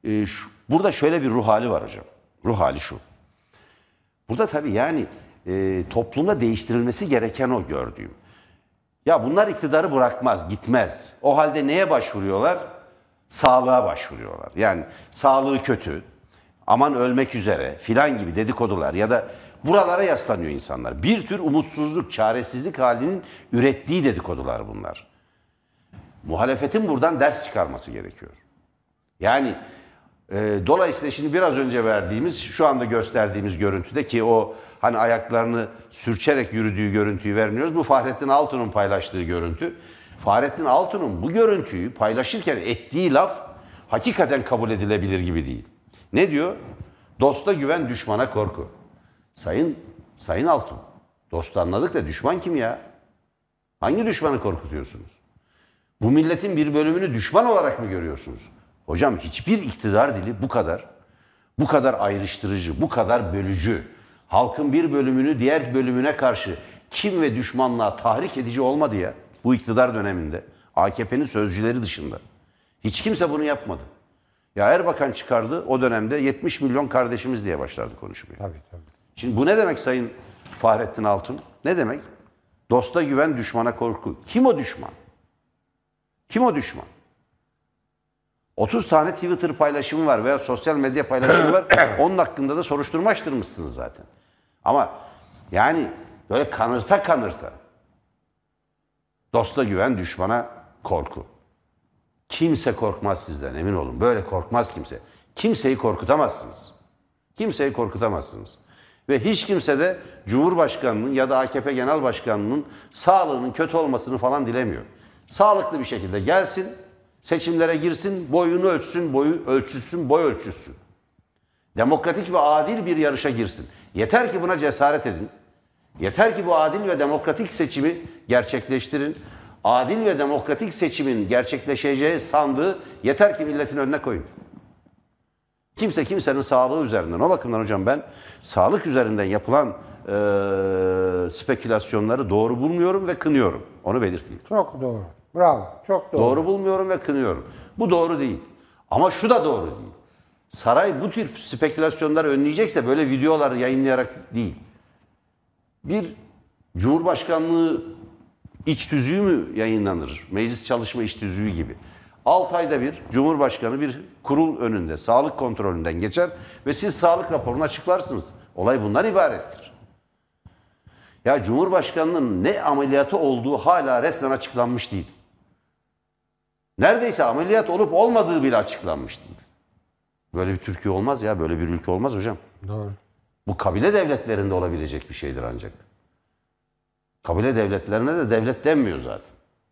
Burada şöyle bir ruh hali var hocam. Ruh hali şu. Burada tabii yani toplumda değiştirilmesi gereken o gördüğüm. Ya bunlar iktidarı bırakmaz, gitmez. O halde neye başvuruyorlar? Sağlığa başvuruyorlar. Yani sağlığı kötü, aman ölmek üzere filan gibi dedikodular ya da buralara yaslanıyor insanlar. Bir tür umutsuzluk, çaresizlik halinin ürettiği dedikodular bunlar. Muhalefetin buradan ders çıkarması gerekiyor. Yani dolayısıyla şimdi biraz önce verdiğimiz, şu anda gösterdiğimiz görüntüde ki o hani ayaklarını sürçerek yürüdüğü görüntüyü vermiyoruz. Bu Fahrettin Altun'un paylaştığı görüntü. Fahrettin Altun'un bu görüntüyü paylaşırken ettiği laf hakikaten kabul edilebilir gibi değil. Ne diyor? Dosta güven, düşmana korku. Sayın Altun, dostu anladık da düşman kim ya? Hangi düşmanı korkutuyorsunuz? Bu milletin bir bölümünü düşman olarak mı görüyorsunuz? Hocam hiçbir iktidar dili bu kadar ayrıştırıcı, bu kadar bölücü, halkın bir bölümünü diğer bölümüne karşı kim ve düşmanlığa tahrik edici olmadı ya bu iktidar döneminde. AKP'nin sözcüleri dışında. Hiç kimse bunu yapmadı. Ya Erbakan çıkardı o dönemde 70 milyon kardeşimiz diye başlardı konuşmaya. Tabii tabii. Şimdi bu ne demek Sayın Fahrettin Altun? Ne demek? Dosta güven, düşmana korku. Kim o düşman? Kim o düşman? 30 tane Twitter paylaşımı var veya sosyal medya paylaşımı var. Onun hakkında da soruşturma açtırmışsınız zaten. Ama yani böyle kanırta dosta güven, düşmana korku. Kimse korkmaz sizden, emin olun. Böyle korkmaz kimse. Kimseyi korkutamazsınız. Kimseyi korkutamazsınız. Ve hiç kimse de Cumhurbaşkanı'nın ya da AKP Genel Başkanı'nın sağlığının kötü olmasını falan dilemiyor. Sağlıklı bir şekilde gelsin, seçimlere girsin, boyunu ölçsün, boy ölçüsün. Demokratik ve adil bir yarışa girsin. Yeter ki buna cesaret edin. Yeter ki bu adil ve demokratik seçimi gerçekleştirin. Adil ve demokratik seçimin gerçekleşeceği sandığı yeter ki milletin önüne koyun. Kimse kimsenin sağlığı üzerinden. O bakımdan hocam ben sağlık üzerinden yapılan spekülasyonları doğru bulmuyorum ve kınıyorum. Onu belirteyim. Çok doğru. Bravo. Çok doğru. Doğru bulmuyorum ve kınıyorum. Bu doğru değil. Ama şu da doğru değil. Saray bu tür spekülasyonları önleyecekse böyle videolar yayınlayarak değil. Bir Cumhurbaşkanlığı iç tüzüğü mü yayınlanır? Meclis çalışma iç tüzüğü gibi. 6 ayda bir Cumhurbaşkanı bir kurul önünde sağlık kontrolünden geçer ve siz sağlık raporunu açıklarsınız. Olay bundan ibarettir. Ya Cumhurbaşkanının ne ameliyatı olduğu hala resmen açıklanmış değil. Neredeyse ameliyat olup olmadığı bile açıklanmış değil. Böyle bir Türkiye olmaz ya, böyle bir ülke olmaz hocam. Doğru. Bu kabile devletlerinde olabilecek bir şeydir ancak. Kabile devletlerine de devlet denmiyor zaten.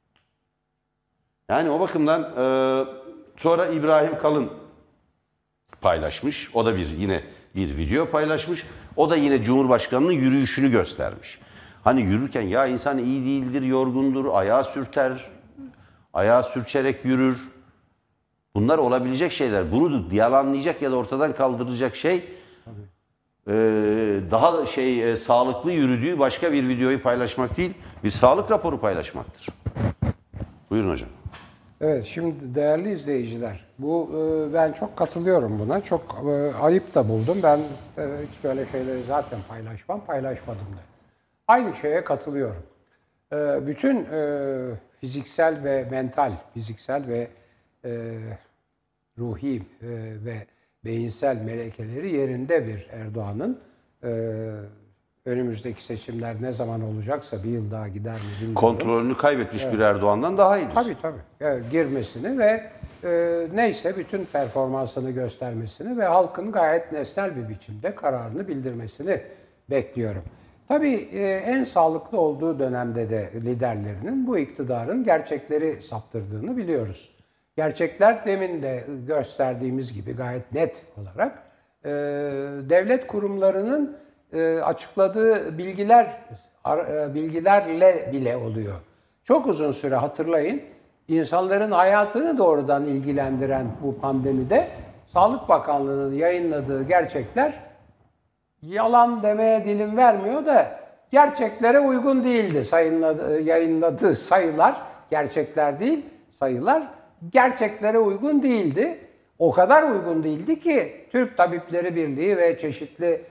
Yani o bakımdan sonra İbrahim Kalın paylaşmış. O da yine bir video paylaşmış. O da yine Cumhurbaşkanı'nın yürüyüşünü göstermiş. Hani yürürken ya insan iyi değildir, yorgundur, ayağı sürter, ayağı sürçerek yürür. Bunlar olabilecek şeyler. Bunu yalanlayacak ya da ortadan kaldıracak şey daha sağlıklı yürüdüğü başka bir videoyu paylaşmak değil, bir sağlık raporu paylaşmaktır. Buyurun hocam. Evet, şimdi değerli izleyiciler, ben çok katılıyorum buna. Çok ayıp da buldum. Ben hiç böyle şeyleri zaten paylaşmadım da. Aynı şeye katılıyorum. Bütün fiziksel ve mental, fiziksel ve ruhi ve beyinsel melekeleri yerinde bir Erdoğan'ın. Önümüzdeki seçimler ne zaman olacaksa bir yıl daha gider mi bilmiyorum. Kontrolünü kaybetmiş bir Erdoğan'dan daha iyidir. Tabii. Yani girmesini ve neyse bütün performansını göstermesini ve halkın gayet nesnel bir biçimde kararını bildirmesini bekliyorum. Tabii en sağlıklı olduğu dönemde de liderlerinin bu iktidarın gerçekleri saptırdığını biliyoruz. Gerçekler demin de gösterdiğimiz gibi gayet net olarak devlet kurumlarının açıkladığı bilgilerle bile oluyor. Çok uzun süre hatırlayın, insanların hayatını doğrudan ilgilendiren bu pandemide Sağlık Bakanlığı'nın yayınladığı gerçekler yalan demeye dilim vermiyor da gerçeklere uygun değildi. Yayınladığı sayılar, gerçekler değil sayılar, gerçeklere uygun değildi. o kadar uygun değildi ki Türk Tabipleri Birliği ve çeşitli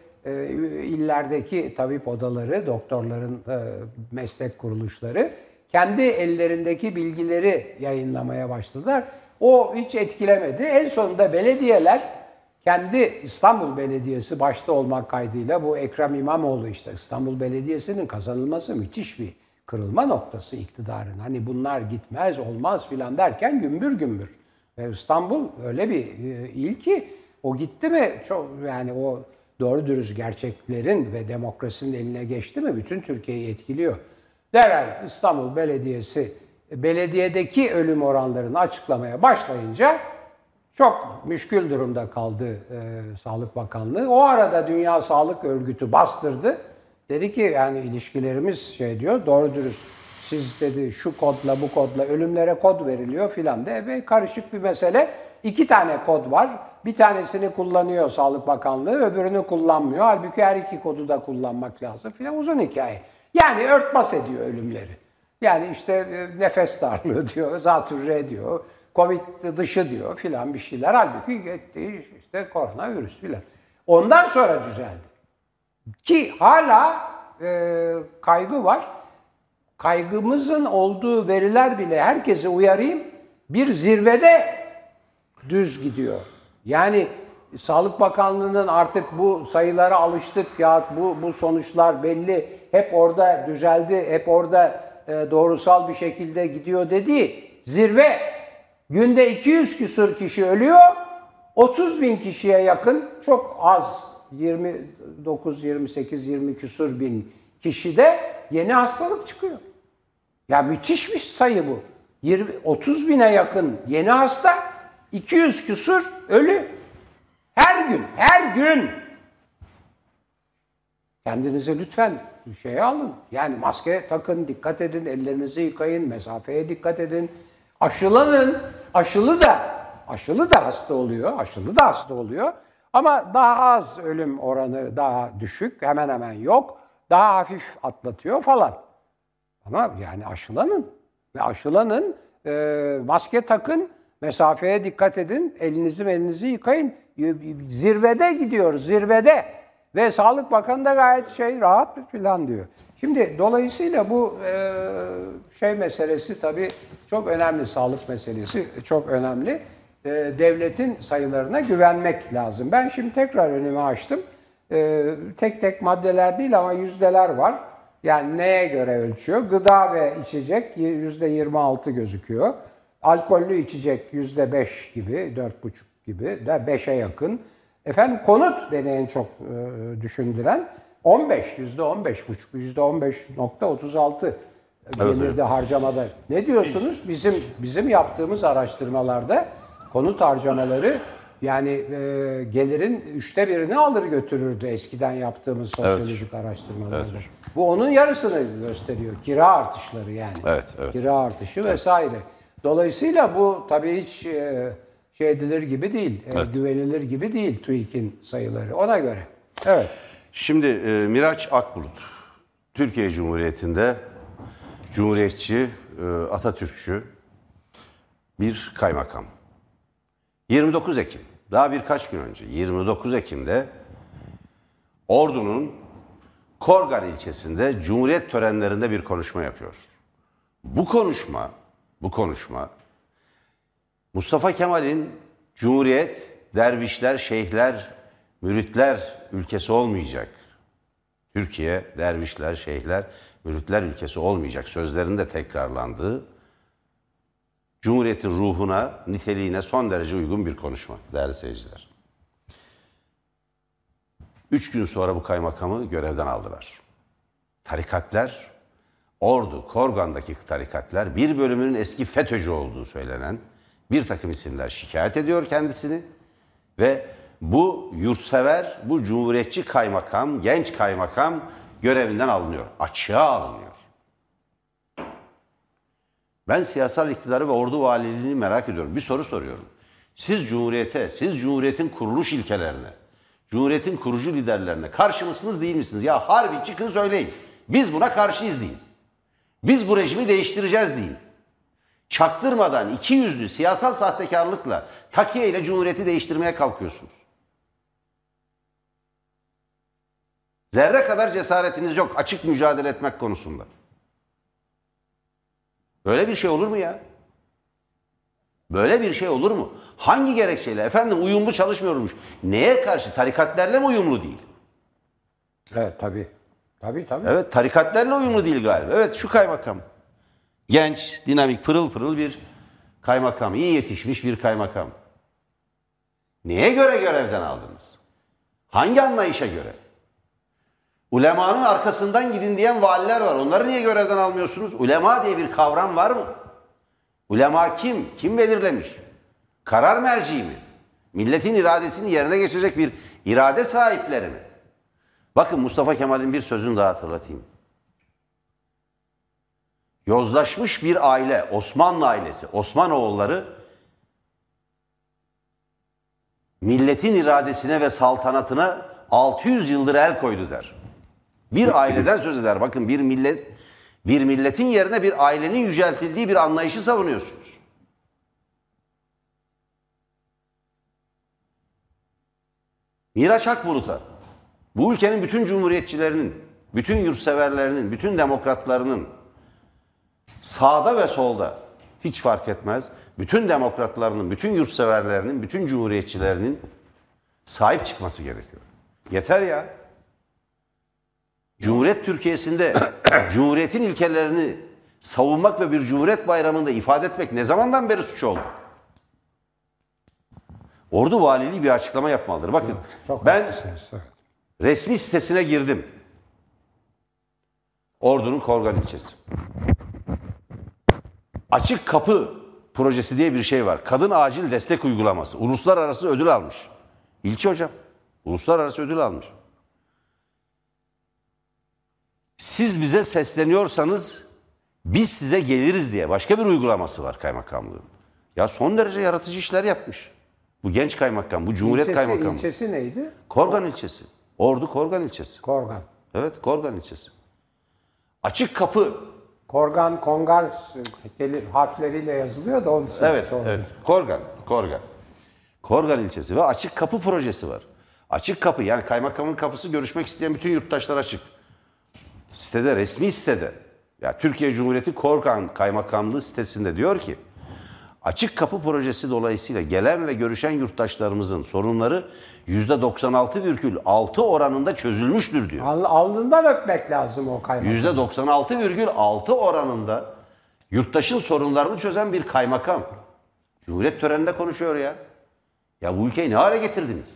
illerdeki tabip odaları, doktorların meslek kuruluşları kendi ellerindeki bilgileri yayınlamaya başladılar. O hiç etkilemedi. En sonunda belediyeler kendi İstanbul Belediyesi başta olmak kaydıyla bu Ekrem İmamoğlu işte İstanbul Belediyesi'nin kazanılması müthiş bir kırılma noktası iktidarın. Hani bunlar gitmez olmaz filan derken gümbür gümbür. Ve İstanbul öyle bir il ki o gitti mi çok yani o doğru dürüst gerçeklerin ve demokrasinin eline geçti mi bütün Türkiye'yi etkiliyor. Derhal İstanbul Belediyesi belediyedeki ölüm oranlarını açıklamaya başlayınca çok müşkül durumda kaldı Sağlık Bakanlığı. O arada Dünya Sağlık Örgütü bastırdı. Dedi ki yani ilişkilerimiz şey diyor doğru dürüst siz dedi şu kodla bu kodla ölümlere kod veriliyor filan de ve karışık bir mesele. 2 tane kod var. Bir tanesini kullanıyor Sağlık Bakanlığı, öbürünü kullanmıyor. Halbuki her iki kodu da kullanmak lazım filan uzun hikaye. Yani örtbas ediyor ölümleri. Yani işte nefes darlığı diyor, zatürre diyor, Covid dışı diyor filan bir şeyler. Halbuki gitti işte koronavirüs filan. Ondan sonra düzeldi. Ki hala kaygı var. Kaygımızın olduğu veriler bile herkese uyarayım bir zirvede düz gidiyor. Yani Sağlık Bakanlığı'nın artık bu sayılara alıştık ya bu sonuçlar belli hep orada düzeldi hep orada doğrusal bir şekilde gidiyor dediği zirve günde 200 küsur kişi ölüyor 30 bin kişiye yakın çok az 29, 28, 20 küsur bin kişide yeni hastalık çıkıyor. Ya müthiş bir sayı bu. 30 bine yakın yeni hasta, 200 küsur ölü. Her gün. Kendinize lütfen şeye alın. Yani maske takın, dikkat edin, ellerinizi yıkayın, mesafeye dikkat edin. Aşılanın. Aşılı da hasta oluyor. Ama daha az ölüm oranı daha düşük, hemen hemen yok. Daha hafif atlatıyor falan. Ama yani aşılanın, maske takın, mesafeye dikkat edin, elinizi yıkayın. Zirvede gidiyoruz, zirvede. Ve Sağlık Bakanı da gayet rahat falan diyor. Şimdi dolayısıyla bu meselesi tabii çok önemli, sağlık meselesi çok önemli. Devletin sayılarına güvenmek lazım. Ben şimdi tekrar önümü açtım. Tek tek maddeler değil ama yüzdeler var. Yani neye göre ölçüyor? Gıda ve içecek %26 gözüküyor. Alkollü içecek %5 gibi, 4,5 gibi de 5'e yakın. Efendim konut beni en çok düşündüren %15,5, %15,36 gelirde harcamada. Ne diyorsunuz? Bizim yaptığımız araştırmalarda konut harcamaları yani gelirin 1/3'ünü alır götürürdü eskiden yaptığımız sosyolojik araştırmalarda. Evet. Bu onun yarısını gösteriyor. Kira artışları yani. Evet. Kira artışı vesaire. Dolayısıyla bu tabii hiç edilir gibi değil. Güvenilir gibi değil TÜİK'in sayıları. Ona göre. Evet. Şimdi Miraç Akbulut, Türkiye Cumhuriyeti'nde Cumhuriyetçi, Atatürkçü bir kaymakam. 29 Ekim, daha birkaç gün önce 29 Ekim'de Ordu'nun Korgan ilçesinde Cumhuriyet törenlerinde bir konuşma yapıyor. Bu konuşma Mustafa Kemal'in Cumhuriyet, dervişler, şeyhler, müritler ülkesi olmayacak. Türkiye, dervişler, şeyhler, müritler ülkesi olmayacak sözlerinde tekrarlandığı Cumhuriyet'in ruhuna, niteliğine son derece uygun bir konuşma değerli seyirciler. 3 gün sonra bu kaymakamı görevden aldılar. Tarikatlar, Ordu, Korgan'daki tarikatlar bir bölümünün eski FETÖ'cü olduğu söylenen bir takım isimler şikayet ediyor kendisini ve bu yurtsever, bu cumhuriyetçi kaymakam, genç kaymakam görevinden alınıyor. Açığa alınıyor. Ben siyasal iktidarı ve ordu valiliğini merak ediyorum. Bir soru soruyorum. Siz Cumhuriyet'e, siz Cumhuriyet'in kuruluş ilkelerine, Cumhuriyet'in kurucu liderlerine karşı mısınız değil misiniz? Ya harbi çıkın söyleyin. Biz buna karşıyız deyin. Biz bu rejimi değiştireceğiz deyin. çaktırmadan iki yüzlü siyasal sahtekarlıkla takiye ile Cumhuriyeti değiştirmeye kalkıyorsunuz. Zerre kadar cesaretiniz yok açık mücadele etmek konusunda. Böyle bir şey olur mu ya? Böyle bir şey olur mu? Hangi gerekçeyle? Efendim uyumlu çalışmıyormuş. Neye karşı? Tarikatlerle mi uyumlu değil? Evet tabii. Tabii. Evet, tarikatlerle uyumlu değil galiba. Evet, şu kaymakam. Genç, dinamik, pırıl pırıl bir kaymakam. İyi yetişmiş bir kaymakam. Neye göre görevden aldınız? Hangi anlayışa göre? Ulemanın arkasından gidin diyen valiler var. Onları niye görevden almıyorsunuz? Ulema diye bir kavram var mı? Ulema kim? Kim belirlemiş? Karar merci mi? Milletin iradesini yerine geçirecek bir irade sahipleri mi? Bakın Mustafa Kemal'in bir sözünü daha hatırlatayım. Yozlaşmış bir aile, Osmanlı ailesi, Osmanoğulları milletin iradesine ve saltanatına 600 yıldır el koydu der. Bir aileden söz eder. Bakın bir milletin yerine bir ailenin yüceltildiği bir anlayışı savunuyorsunuz. Miraç Akbulut'a bu ülkenin bütün cumhuriyetçilerinin, bütün yurtseverlerinin, bütün demokratlarının sağda ve solda hiç fark etmez. Bütün demokratlarının, bütün yurtseverlerinin, bütün cumhuriyetçilerinin sahip çıkması gerekiyor. Yeter ya. Cumhuriyet Türkiye'sinde Cumhuriyet'in ilkelerini savunmak ve bir Cumhuriyet Bayramı'nda ifade etmek ne zamandan beri suç oldu? Ordu Valiliği bir açıklama yapmalıdır. Bakın ben resmi sitesine girdim. Ordu'nun Korgan ilçesi. Açık Kapı projesi diye bir şey var. Kadın acil destek uygulaması. Uluslararası ödül almış. İlçe hocam. Uluslararası ödül almış. Siz bize sesleniyorsanız biz size geliriz diye başka bir uygulaması var kaymakamlığın. Ya son derece yaratıcı işler yapmış. Bu genç kaymakam, bu Cumhuriyet kaymakamı. İlçesi neydi? Korgan ilçesi. Ordu Korgan ilçesi. Korgan. Evet, Korgan ilçesi. Açık Kapı. Korgan, Kongar harfleriyle yazılıyor da onun için. Evet. Korgan. Korgan ilçesi ve Açık Kapı projesi var. Açık Kapı, yani kaymakamın kapısı görüşmek isteyen bütün yurttaşlar açık. Sitede, resmi sitede. Ya Türkiye Cumhuriyeti Korgan Kaymakamlığı sitesinde diyor ki Açık Kapı projesi dolayısıyla gelen ve görüşen yurttaşlarımızın sorunları %96,6 oranında çözülmüştür diyor. Alnından öpmek lazım o kaymakam. %96,6 oranında yurttaşın sorunlarını çözen bir kaymakam. Cumhuriyet töreninde konuşuyor ya. Ya bu ülkeyi ne hale getirdiniz?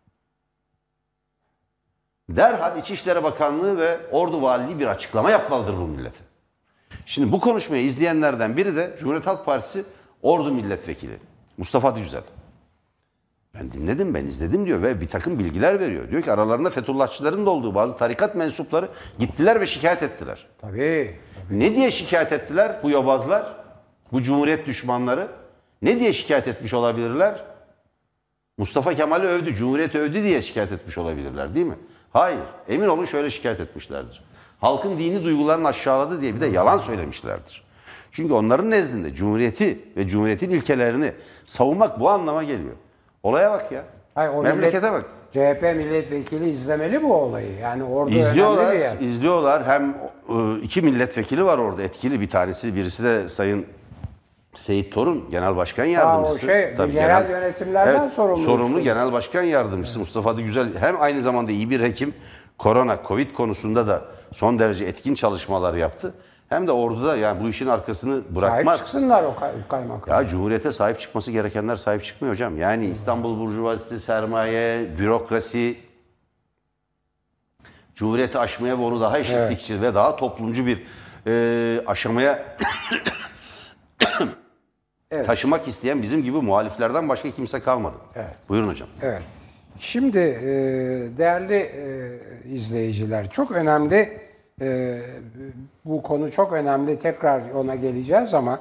Derhal İçişleri Bakanlığı ve Ordu Valiliği bir açıklama yapmalıdır bu millete. Şimdi bu konuşmayı izleyenlerden biri de Cumhuriyet Halk Partisi Ordu Milletvekili Mustafa Adıgüzel. Ben dinledim, ben izledim diyor ve bir takım bilgiler veriyor. Diyor ki aralarında Fethullahçıların da olduğu bazı tarikat mensupları gittiler ve şikayet ettiler. Tabii. Ne diye şikayet ettiler bu yobazlar, bu Cumhuriyet düşmanları? Ne diye şikayet etmiş olabilirler? Mustafa Kemal'i övdü, Cumhuriyet'i övdü diye şikayet etmiş olabilirler değil mi? Hayır. Emin olun şöyle şikayet etmişlerdir. Halkın dini duygularını aşağıladı diye bir de yalan söylemişlerdir. Çünkü onların nezdinde Cumhuriyeti ve Cumhuriyet'in ilkelerini savunmak bu anlama geliyor. Olaya bak ya. Hayır, memlekete bak. CHP milletvekili izlemeli bu olayı. Yani orada önemli bir yer. İzliyorlar. Hem iki milletvekili var orada etkili bir tanesi. Birisi de Sayın Seyit Torun, Genel Başkan Yardımcısı. Genel yönetimlerden sorumlu Genel Başkan Yardımcısı Mustafa Adıgüzel. Hem aynı zamanda iyi bir hekim. Covid konusunda da son derece etkin çalışmalar yaptı. Hem de orduda yani bu işin arkasını bırakmaz. Sahip çıksınlar o kaymakam. Ya Cumhuriyete sahip çıkması gerekenler sahip çıkmıyor hocam. Yani İstanbul Burjuvazisi, sermaye, bürokrasi Cumhuriyeti aşmaya ve onu daha eşitlikçi ve daha toplumcu bir aşamaya taşımak isteyen bizim gibi muhaliflerden başka kimse kalmadı. Evet. Buyurun hocam. Evet. Şimdi değerli izleyiciler çok önemli, bu konu çok önemli, tekrar ona geleceğiz ama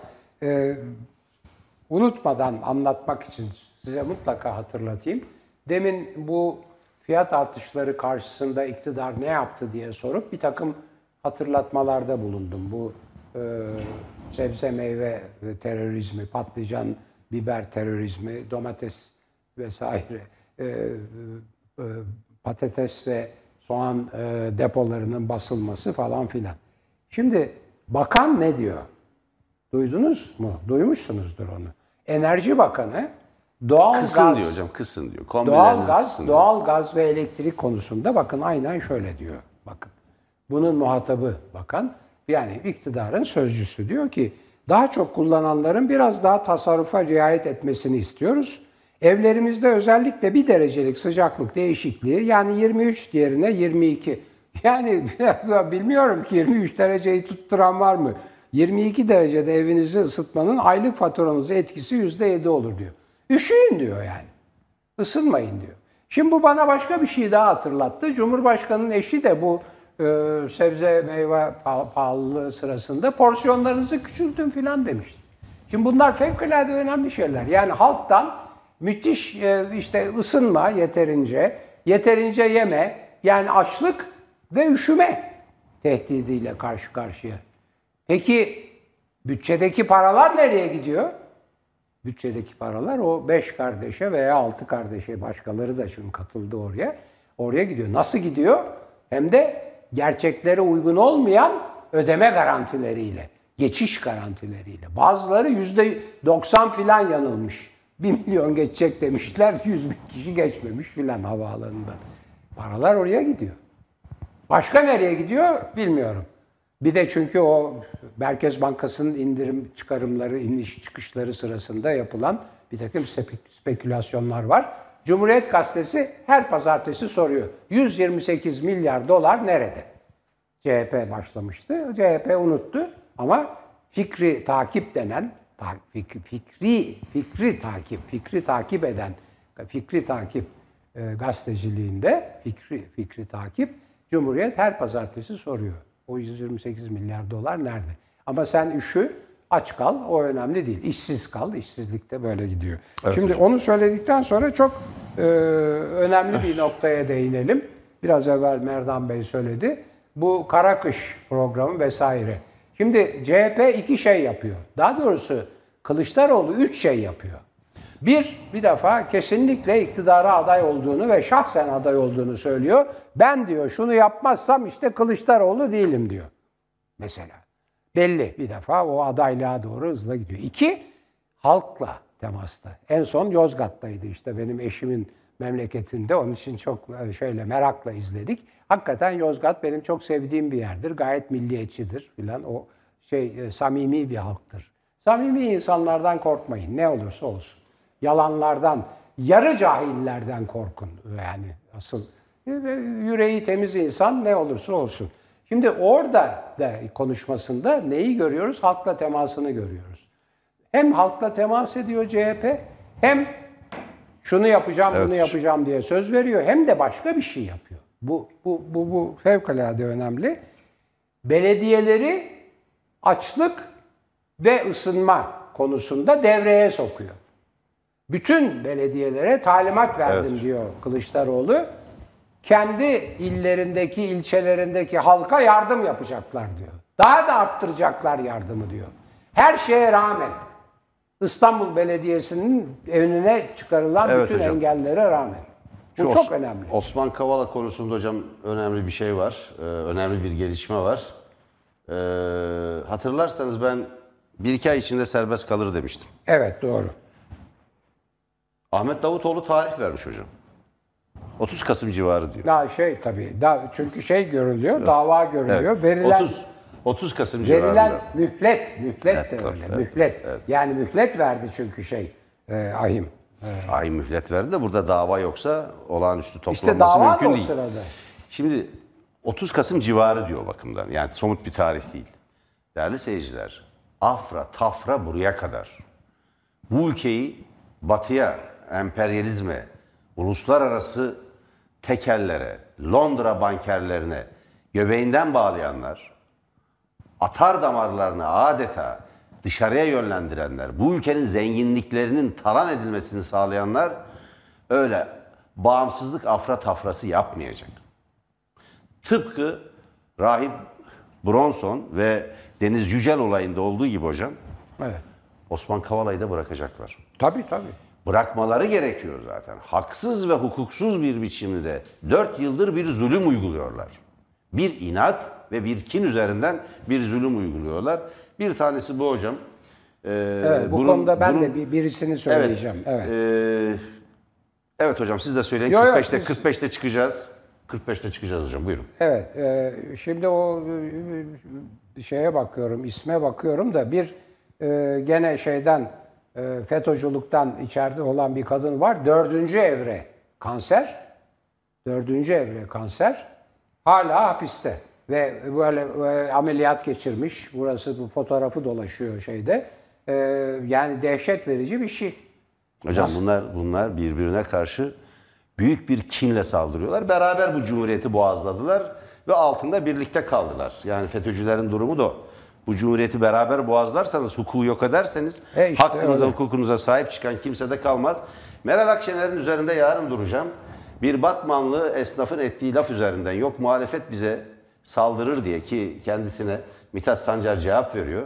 unutmadan anlatmak için size mutlaka hatırlatayım. Demin bu fiyat artışları karşısında iktidar ne yaptı diye sorup bir takım hatırlatmalarda bulundum. Bu sebze meyve terörizmi, patlıcan, biber terörizmi, domates vesaire, patates ve soğan depolarının basılması falan filan. Şimdi bakan ne diyor? Duydunuz mu? Duymuşsunuzdur onu. Enerji Bakanı doğal Kısın gaz diyor hocam, kısın diyor. Kombilerinizi kısın diyor. doğal gaz ve elektrik konusunda bakın aynen şöyle diyor. Bakın. Bunun muhatabı bakan, yani iktidarın sözcüsü diyor ki daha çok kullananların biraz daha tasarrufa riayet etmesini istiyoruz. Evlerimizde özellikle 1 derecelik sıcaklık değişikliği, yani 23 yerine 22. Yani bilmiyorum ki 23 dereceyi tutturan var mı? 22 derecede evinizi ısıtmanın aylık faturanızı etkisi %7 olur diyor. Üşüyün diyor yani. Isınmayın diyor. Şimdi bu bana başka bir şey daha hatırlattı. Cumhurbaşkanının eşi de bu sebze meyve pahalılığı sırasında porsiyonlarınızı küçültün filan demişti. Şimdi bunlar fevkalade önemli şeyler. Yani halktan müthiş işte ısınma yeterince yeme, yani açlık ve üşüme tehdidiyle karşı karşıya. Peki bütçedeki paralar nereye gidiyor? Bütçedeki paralar o 5 kardeşe veya 6 kardeşe, başkaları da şimdi katıldı oraya. Oraya gidiyor. Nasıl gidiyor? Hem de gerçeklere uygun olmayan ödeme garantileriyle, geçiş garantileriyle. Bazıları %90 filan yanılmış. 1 milyon geçecek demişler, 100 bin kişi geçmemiş filan havaalanından. Paralar oraya gidiyor. Başka nereye gidiyor bilmiyorum. Bir de çünkü o Merkez Bankası'nın indirim çıkarımları, iniş çıkışları sırasında yapılan bir takım spekülasyonlar var. Cumhuriyet Gazetesi her pazartesi soruyor. 128 milyar dolar nerede? CHP başlamıştı. CHP unuttu ama fikri takip denen, fikri takip gazeteciliğinde fikri takip Cumhuriyet her pazartesi soruyor. O 128 milyar dolar nerede? Ama sen üşü, aç kal, o önemli değil. İşsiz kal, işsizlik de böyle gidiyor. Evet, şimdi hocam, onu söyledikten sonra çok önemli bir noktaya değinelim. Biraz evvel Merdan Bey söyledi. Bu kara kış programı vesaire. Şimdi CHP 2 şey yapıyor. Daha doğrusu Kılıçdaroğlu 3 şey yapıyor. Bir defa kesinlikle iktidara aday olduğunu ve şahsen aday olduğunu söylüyor. Ben diyor şunu yapmazsam işte Kılıçdaroğlu değilim diyor. Mesela. Belli bir defa o adaylığa doğru hızla gidiyor. 2, halkla temasta. En son Yozgat'taydı işte benim eşimin memleketinde. Onun için çok şöyle merakla izledik. Hakikaten Yozgat benim çok sevdiğim bir yerdir. Gayet milliyetçidir filan. O samimi bir halktır. Samimi insanlardan korkmayın. Ne olursa olsun. Yalanlardan, yarı cahillerden korkun. Yani asıl yüreği temiz insan ne olursa olsun. Şimdi orada da konuşmasında neyi görüyoruz? Halkla temasını görüyoruz. Hem halkla temas ediyor CHP, hem şunu yapacağım, bunu yapacağım diye söz veriyor, hem de başka bir şey yapıyor. Bu fevkalade önemli. Belediyeleri açlık ve ısınma konusunda devreye sokuyor. Bütün belediyelere talimat verdim diyor Kılıçdaroğlu. Kendi illerindeki, ilçelerindeki halka yardım yapacaklar diyor. Daha da arttıracaklar yardımı diyor. Her şeye rağmen İstanbul Belediyesi'nin önüne çıkarılan bütün engellere rağmen. Bu çok önemli. Osman Kavala konusunda hocam önemli bir şey var. Önemli bir gelişme var. Hatırlarsanız ben 1-2 ay içinde serbest kalır demiştim. Evet, doğru. Ahmet Davutoğlu tarih vermiş hocam. 30 Kasım civarı diyor. Daha tabii. Çünkü görülüyor, dava görülüyor. Evet. Verilen 30 Kasım civarında. Verilen mühlet de öyle. Mühlet. Evet. Yani mühlet verdi çünkü ahim. Ahim mühlet verdi de burada dava yoksa olağanüstü toplanması mümkün değil. İşte dava da o sırada. Şimdi 30 Kasım civarı diyor bakımdan. Yani somut bir tarih değil. Değerli seyirciler, afra tafra buraya kadar. Bu ülkeyi batıya, emperyalizme, uluslararası tekellere, Londra bankerlerine göbeğinden bağlayanlar, atar damarlarını adeta dışarıya yönlendirenler, bu ülkenin zenginliklerinin talan edilmesini sağlayanlar öyle bağımsızlık afra tafrası yapmayacak. Tıpkı rahip Bronson ve Deniz Yücel olayında olduğu gibi hocam Evet. Osman Kavala'yı da bırakacaklar. Tabii tabii. Bırakmaları gerekiyor zaten. Haksız ve hukuksuz bir biçimde 4 yıldır bir zulüm uyguluyorlar. Bir inat ve bir kin üzerinden bir zulüm uyguluyorlar. Bir tanesi bu hocam. Evet, bu konuda ben de birisini söyleyeceğim. Evet. Evet hocam siz de söyleyin. Yo, 45'te siz- 45'te çıkacağız. 45'te çıkacağız hocam. Buyurun. Evet. Şimdi o şeye bakıyorum, isme bakıyorum da bir gene şeyden FETÖ'cülükten içeride olan bir kadın var. 4. evre kanser. 4. evre kanser. Hala hapiste. Ve böyle ameliyat geçirmiş. Burası bu fotoğrafı dolaşıyor şeyde. Yani dehşet verici bir şey. Hocam bunlar birbirine karşı büyük bir kinle saldırıyorlar. Beraber bu cumhuriyeti boğazladılar ve altında birlikte kaldılar. Yani FETÖ'cülerin durumu da o. Bu cumhuriyeti beraber boğazlarsanız, hukuku yok ederseniz işte hakkınıza, öyle. hukukunuza sahip çıkan kimse de kalmaz. Meral Akşener'in üzerinde yarın duracağım. Bir Batmanlı esnafın ettiği laf üzerinden yok muhalefet bize saldırır diye ki kendisine Mithat Sancar cevap veriyor.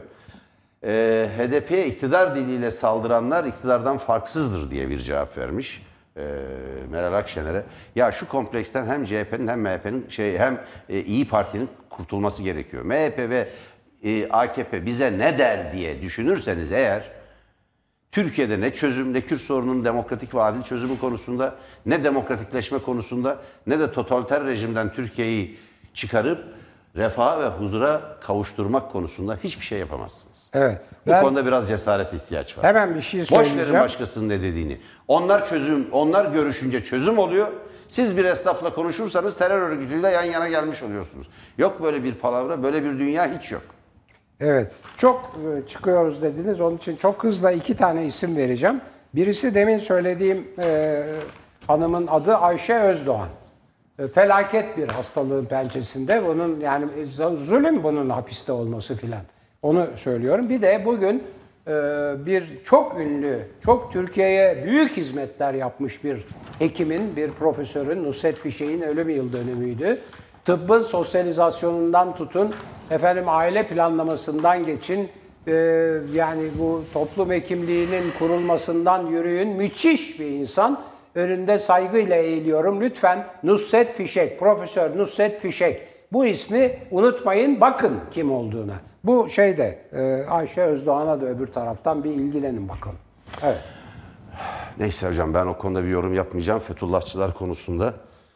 HDP'ye iktidar diliyle saldıranlar iktidardan farksızdır diye bir cevap vermiş Meral Akşener'e. Ya şu kompleksten hem CHP'nin hem MHP'nin hem İyi Parti'nin kurtulması gerekiyor. MHP ve AKP bize ne der diye düşünürseniz eğer Türkiye'de ne çözüm, ne Kürt sorununun demokratik ve adil çözümü konusunda, ne demokratikleşme konusunda, ne de totaliter rejimden Türkiye'yi çıkarıp refaha ve huzura kavuşturmak konusunda hiçbir şey yapamazsınız. Evet. Bu konuda biraz cesaret ihtiyaç var. Hemen bir şey Boş söyleyeceğim. verin başkasının ne dediğini. Onlar görüşünce çözüm oluyor. Siz bir esnafla konuşursanız terör örgütüyle yan yana gelmiş oluyorsunuz. Yok böyle bir palavra, böyle bir dünya hiç yok. Evet. Çok çıkıyoruz dediniz. Onun için çok hızla 2 tane isim vereceğim. Birisi demin söylediğim hanımın adı Ayşe Özdoğan. Felaket bir hastalığın pençesinde. Bunun yani zulüm bunun hapiste olması filan. Onu söylüyorum. Bir de bugün bir çok ünlü, çok Türkiye'ye büyük hizmetler yapmış bir hekimin, bir profesörün, Nusret Fişek'in ölüm yıl dönümüydü. Tıbbın sosyalizasyonundan tutun, aile planlamasından geçin, yani bu toplum hekimliğinin kurulmasından yürüyün. Müthiş bir insan. Önünde saygıyla eğiliyorum. Lütfen Nusret Fişek, Profesör Nusret Fişek. Bu ismi unutmayın, bakın kim olduğuna. Bu şeyde Ayşe Özdoğan'a da öbür taraftan bir ilgilenin bakalım. Evet. Neyse hocam ben o konuda bir yorum yapmayacağım. Fethullahçılar konusunda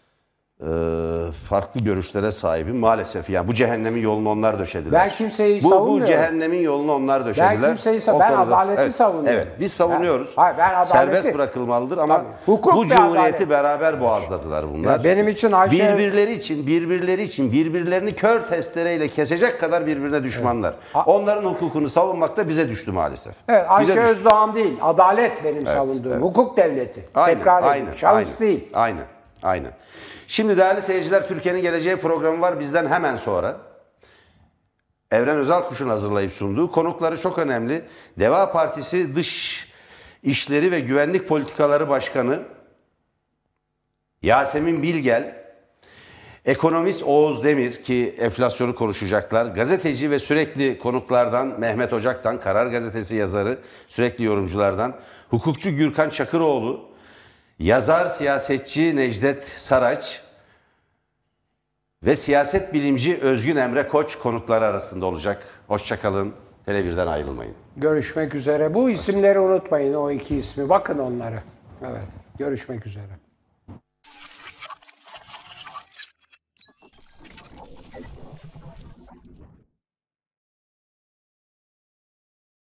farklı görüşlere sahibim maalesef. Yani bu cehennemin yolunu onlar döşediler. Ben kimseyi bu savunmuyorum. Bu cehennemin yolunu onlar döşediler. Ben kimseyi ben adaleti savunuyorum. Evet, biz savunuyoruz. Ben adaleti, serbest bırakılmalıdır ama tabii, hukuk bu ve cumhuriyeti adalet. beraber boğazladılar bunlar. Ya benim için Ayşe... birbirlerini kör testereyle kesecek kadar birbirine düşmanlar. Evet. Onların hukukunu savunmak da bize düştü maalesef. Evet, Ayşe bize Özdoğan değil, adalet benim savunduğum. Evet. Hukuk devleti. Aynen, şahıs değil. Aynen. Şimdi değerli seyirciler, Türkiye'nin Geleceği programı var bizden hemen sonra. Evren Özalkuş'un hazırlayıp sunduğu konukları çok önemli. Deva Partisi Dış İşleri ve Güvenlik Politikaları Başkanı Yasemin Bilgel, ekonomist Oğuz Demir ki enflasyonu konuşacaklar. Gazeteci ve sürekli konuklardan Mehmet Ocak'tan, Karar Gazetesi yazarı, sürekli yorumculardan. Hukukçu Gürkan Çakıroğlu, yazar, siyasetçi Necdet Saraç ve siyaset bilimci Özgün Emre Koç konukları arasında olacak. Hoşça kalın. Tele1'den ayrılmayın. Görüşmek üzere. Bu isimleri unutmayın, o 2 ismi. Bakın onlara. Evet. Görüşmek üzere.